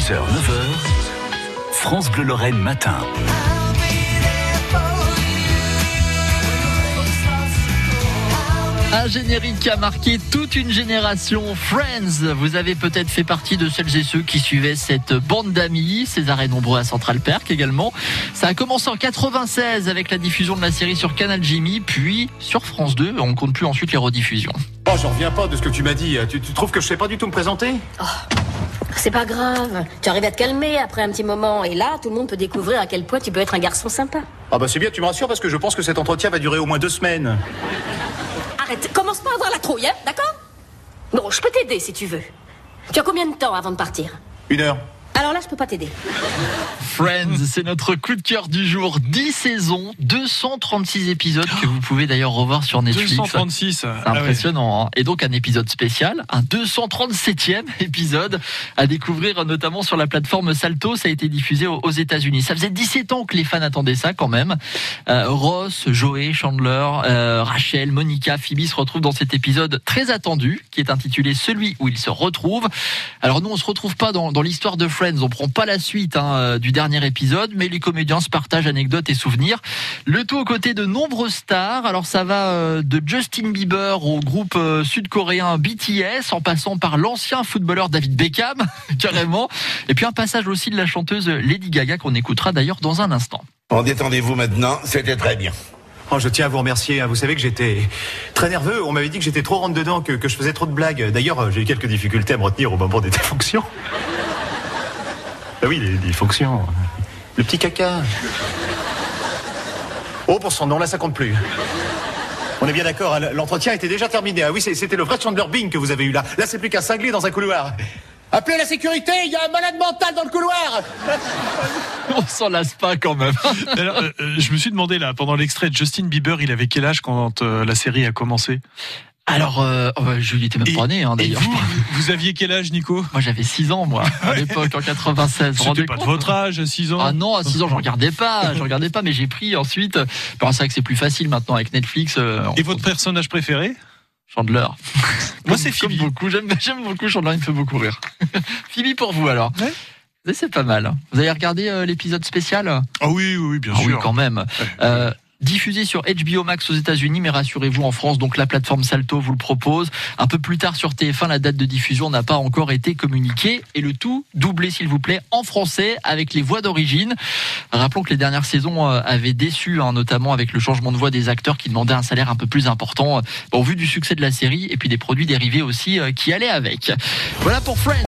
6h, 9h, France Bleu Lorraine matin. Un générique qui a marqué toute une génération, Friends. Vous avez peut-être fait partie de celles et ceux qui suivaient cette bande d'amis. César est nombreux à Central Perk également. Ça a commencé en 96 avec la diffusion de la série sur Canal Jimmy, puis sur France 2. On ne compte plus ensuite les rediffusions. Oh, j'en reviens pas de ce que tu m'as dit. Tu trouves que je sais pas du tout me présenter ? C'est pas grave, tu arrives à te calmer après un petit moment. Et là, tout le monde peut découvrir à quel point tu peux être un garçon sympa. Ah bah c'est bien, tu me rassures parce que je pense que cet entretien va durer au moins 2 semaines. Arrête, commence pas à avoir la trouille, hein, d'accord ? Bon, je peux t'aider si tu veux. Tu as combien de temps avant de partir ? 1 heure. Alors là, je peux pas t'aider. Friends, c'est notre coup de cœur du jour. 10 saisons, 236 épisodes que vous pouvez d'ailleurs revoir sur Netflix. 236. C'est impressionnant. Hein. Et donc un épisode spécial, un 237e épisode à découvrir notamment sur la plateforme Salto. Ça a été diffusé aux États-Unis. Ça faisait 17 ans que les fans attendaient ça quand même. Ross, Joey, Chandler, Rachel, Monica, Phoebe se retrouvent dans cet épisode très attendu qui est intitulé Celui où ils se retrouvent. Alors nous, on se retrouve pas dans l'histoire de Friends. On prend pas la suite du dernier épisode, mais les comédiens se partagent anecdotes et souvenirs. Le tout aux côtés de nombreuses stars. Alors ça va de Justin Bieber au groupe sud-coréen BTS, en passant par l'ancien footballeur David Beckham, carrément. Et puis un passage aussi de la chanteuse Lady Gaga qu'on écoutera d'ailleurs dans un instant. Bon, détendez-vous maintenant, c'était très bien. Oh, je tiens à vous remercier. Vous savez que j'étais très nerveux. On m'avait dit que j'étais trop rentre-dedans, que je faisais trop de blagues. D'ailleurs, j'ai eu quelques difficultés à me retenir au moment des fonctions. Ah oui, les fonctions. Le petit caca. Oh, pour son nom, là, ça compte plus. On est bien d'accord, l'entretien était déjà terminé. Ah oui, c'était le vrai Chandler Bing que vous avez eu là. Là, c'est plus qu'un cinglé dans un couloir. Appelez la sécurité, il y a un malade mental dans le couloir. On s'en lasse pas quand même. Alors, je me suis demandé là, pendant l'extrait, Justin Bieber, il avait quel âge quand la série a commencé ? Alors, je n'étais même pas né, d'ailleurs. Vous aviez quel âge, Nico ? Moi, j'avais 6 ans, moi, à l'époque, en 96. C'était pas de votre âge, à 6 ans ? Ah non, à 6 ans, je regardais pas, mais j'ai pris ensuite. C'est vrai que c'est plus facile maintenant avec Netflix. Et votre personnage préféré ? Chandler. Moi, c'est Phoebe. J'aime beaucoup Chandler, il me fait beaucoup rire. Phoebe pour vous, alors. Ouais. C'est pas mal. Vous avez regardé l'épisode spécial ? Ah oui, bien sûr. Oui, quand même. Ouais. Diffusé sur HBO Max aux États-Unis, mais rassurez-vous, en France, donc la plateforme Salto vous le propose. Un peu plus tard sur TF1, la date de diffusion n'a pas encore été communiquée. Et le tout doublé, s'il vous plaît, en français, avec les voix d'origine. Rappelons que les dernières saisons avaient déçu, notamment avec le changement de voix des acteurs qui demandaient un salaire un peu plus important, au vu du succès de la série, et puis des produits dérivés aussi qui allaient avec. Voilà pour Friends.